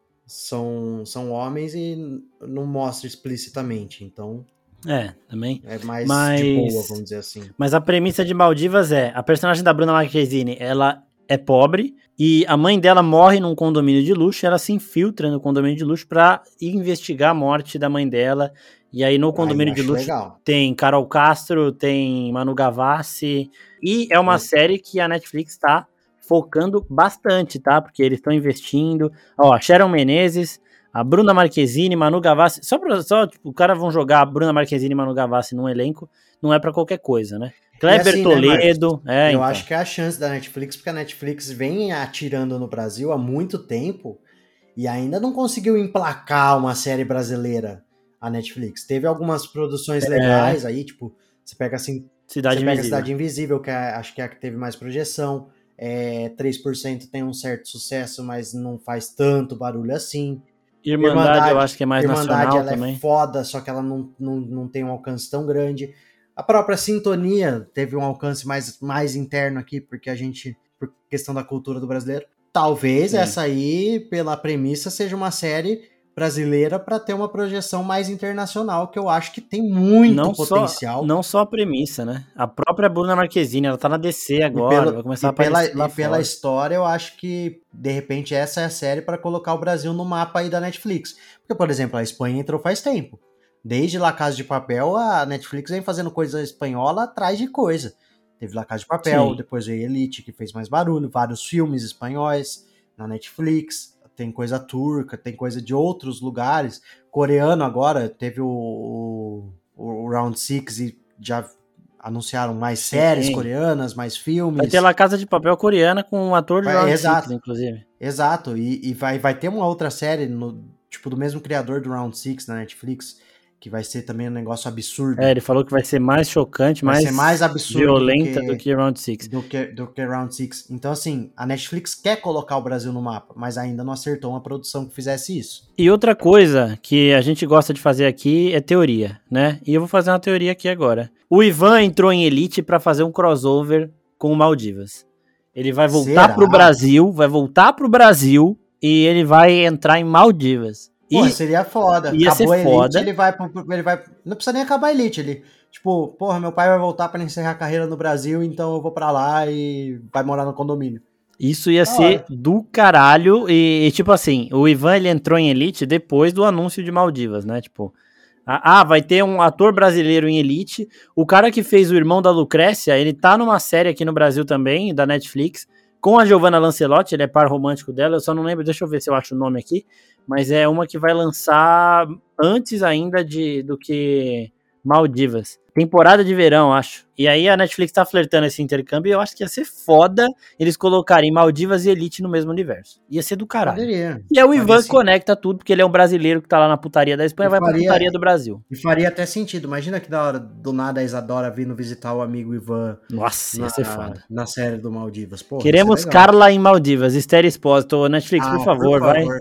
são, são homens e não mostra explicitamente, então... É, também. É mais mas, de boa, vamos dizer assim. Mas a premissa de Maldivas é, a personagem da Bruna Marquezine, ela é pobre e a mãe dela morre num condomínio de luxo, ela se infiltra no condomínio de luxo pra investigar a morte da mãe dela. E aí no condomínio Ai, de luxo legal. Tem Carol Castro, tem Manu Gavassi, e é uma é. série que a Netflix tá focando bastante, tá? Porque eles estão investindo. Ó, Sharon Menezes, a Bruna Marquezine, Manu Gavassi, só pra, só, tipo, o cara vão jogar a Bruna Marquezine e Manu Gavassi num elenco, não é pra qualquer coisa, né? Kleber assim, Toledo, né, é, Eu então. acho que é a chance da Netflix, porque a Netflix vem atirando no Brasil há muito tempo e ainda não conseguiu emplacar uma série brasileira, a Netflix. Teve algumas produções é. legais aí, tipo, você pega assim, Cidade você Invisível. pega Cidade Invisível, que é, acho que é a que teve mais projeção, é, três por cento tem um certo sucesso, mas não faz tanto barulho assim. Irmandade, Irmandade, eu acho que é mais Irmandade, nacional ela também. É foda, só que ela não, não, não tem um alcance tão grande. A própria Sintonia teve um alcance mais, mais interno aqui, porque a gente, por questão da cultura do brasileiro. Talvez Sim. essa aí, pela premissa, seja uma série brasileira para ter uma projeção mais internacional, que eu acho que tem muito não potencial. Só, não só a premissa, né? A própria Bruna Marquezine, ela tá na D C agora, pelo, vai começar a aparecer pela, lá E fora. Pela história, eu acho que, de repente, essa é a série para colocar o Brasil no mapa aí da Netflix. Porque, por exemplo, a Espanha entrou faz tempo. Desde La Casa de Papel, a Netflix vem fazendo coisa espanhola atrás de coisa. Teve La Casa de Papel, Sim. depois veio Elite, que fez mais barulho, vários filmes espanhóis na Netflix. Tem coisa turca, tem coisa de outros lugares. Coreano agora, teve o, o, o Round Six e já anunciaram mais séries Sim. coreanas, mais filmes. Vai ter La Casa de Papel coreana com um ator de vai, Round exato, Six, inclusive. Exato, e, e vai, vai ter uma outra série, no, tipo, do mesmo criador do Round Six na Netflix, que vai ser também um negócio absurdo. É, ele falou que vai ser mais chocante, vai mais, ser mais absurdo violenta do que, do que Round Six. Do que, do que Round Six. Então, assim, a Netflix quer colocar o Brasil no mapa, mas ainda não acertou uma produção que fizesse isso. E outra coisa que a gente gosta de fazer aqui é teoria, né? E eu vou fazer uma teoria aqui agora. O Ivan entrou em Elite pra fazer um crossover com o Maldivas. Ele vai voltar Será? pro Brasil, vai voltar pro Brasil e ele vai entrar em Maldivas. Pô, e seria foda. Ia Acabou ser a Elite, foda. ele vai, ele vai... Não precisa nem acabar a Elite, ele... Tipo, porra, meu pai vai voltar pra encerrar a carreira no Brasil, então eu vou pra lá e vai morar no condomínio. Isso ia da ser hora. do caralho. E, e, tipo assim, o Ivan ele entrou em Elite depois do anúncio de Maldivas, né? Tipo, ah, vai ter um ator brasileiro em Elite. O cara que fez o irmão da Lucrécia, ele tá numa série aqui no Brasil também, da Netflix, com a Giovanna Lancelotti, ele é par romântico dela. Eu só não lembro, deixa eu ver se eu acho o nome aqui. Mas é uma que vai lançar antes ainda de, do que Maldivas. Temporada de verão, acho. E aí a Netflix tá flertando esse intercâmbio e eu acho que ia ser foda eles colocarem Maldivas e Elite no mesmo universo. Ia ser do caralho. Poderia. E aí o Ivan sim. conecta tudo, porque ele é um brasileiro que tá lá na putaria da Espanha, E vai faria, pra putaria do Brasil. E faria até sentido. Imagina que da hora, do nada, a Isadora vindo visitar o amigo Ivan. Nossa, na, ia ser foda. Na série do Maldivas. Porra, Queremos Carla em Maldivas. Esther Expósito. Netflix, ah, por favor, por favor. vai.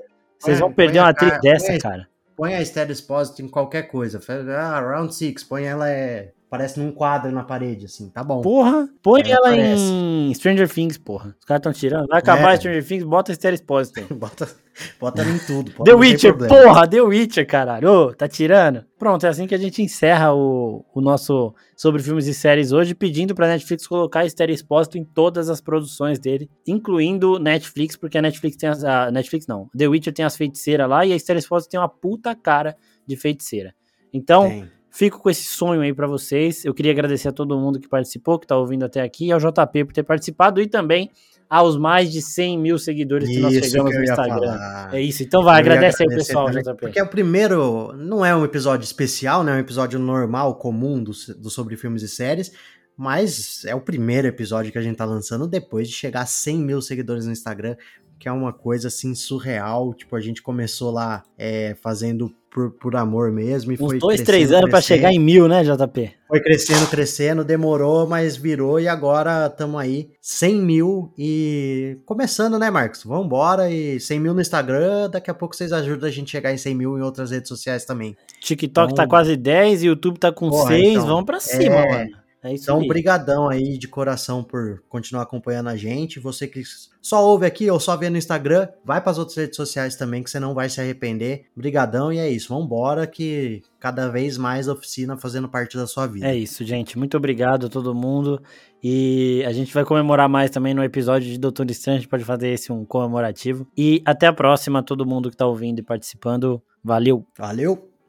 Vocês vão perder uma atriz dessa, põe, cara. Põe a Esther Exposito em qualquer coisa. Ah, Round Six, põe ela, é, parece num quadro na parede, assim, tá bom. Porra, põe Aí ela aparece. em Stranger Things, porra. Os caras estão tirando. Vai acabar É. Stranger Things, bota a Esther Exposito aí. bota, bota ela em tudo. Pô, The não tem Witcher, problema. porra, The Witcher, caralho. Ô, tá tirando? Pronto, é assim que a gente encerra o, o nosso sobre filmes e séries hoje, pedindo pra Netflix colocar a Esther Exposito em todas as produções dele, incluindo Netflix, porque a Netflix tem as, a Netflix não, The Witcher tem as feiticeiras lá e a Esther Exposito tem uma puta cara de feiticeira. Então, Tem. fico com esse sonho aí pra vocês. Eu queria agradecer a todo mundo que participou, que tá ouvindo até aqui, e ao J P por ter participado, e também aos mais de cem mil seguidores que nós Isso chegamos que eu no ia Instagram. falar. É isso, então vai, Eu ia agradece aí o agradecer pessoal, também, J P. Porque é o primeiro, não é um episódio especial, né? É um episódio normal, comum do, do Sobre Filmes e Séries, mas é o primeiro episódio que a gente tá lançando depois de chegar a cem mil seguidores no Instagram, que é uma coisa assim surreal. Tipo, a gente começou lá é, fazendo por, por amor mesmo e Uns foi dois, crescendo, três anos pra crescendo. chegar em mil, né, J P? Foi crescendo, crescendo, demorou, mas virou e agora estamos aí, cem mil e começando, né, Marcos? Vambora e cem mil no Instagram, daqui a pouco vocês ajudam a gente a chegar em cem mil em outras redes sociais também. TikTok Então, tá quase dez, YouTube tá com porra, seis, então, vamos pra cima, é, mano. É isso Então, aí. brigadão aí de coração por continuar acompanhando a gente. Você que só ouve aqui ou só vê no Instagram, vai para as outras redes sociais também, que você não vai se arrepender. Brigadão e é isso. Vambora que cada vez mais oficina fazendo parte da sua vida. É isso, gente. Muito obrigado a todo mundo. E a gente vai comemorar mais também no episódio de Doutor Estranho. A gente pode fazer esse um comemorativo. E até a próxima, todo mundo que tá ouvindo e participando. Valeu! Valeu!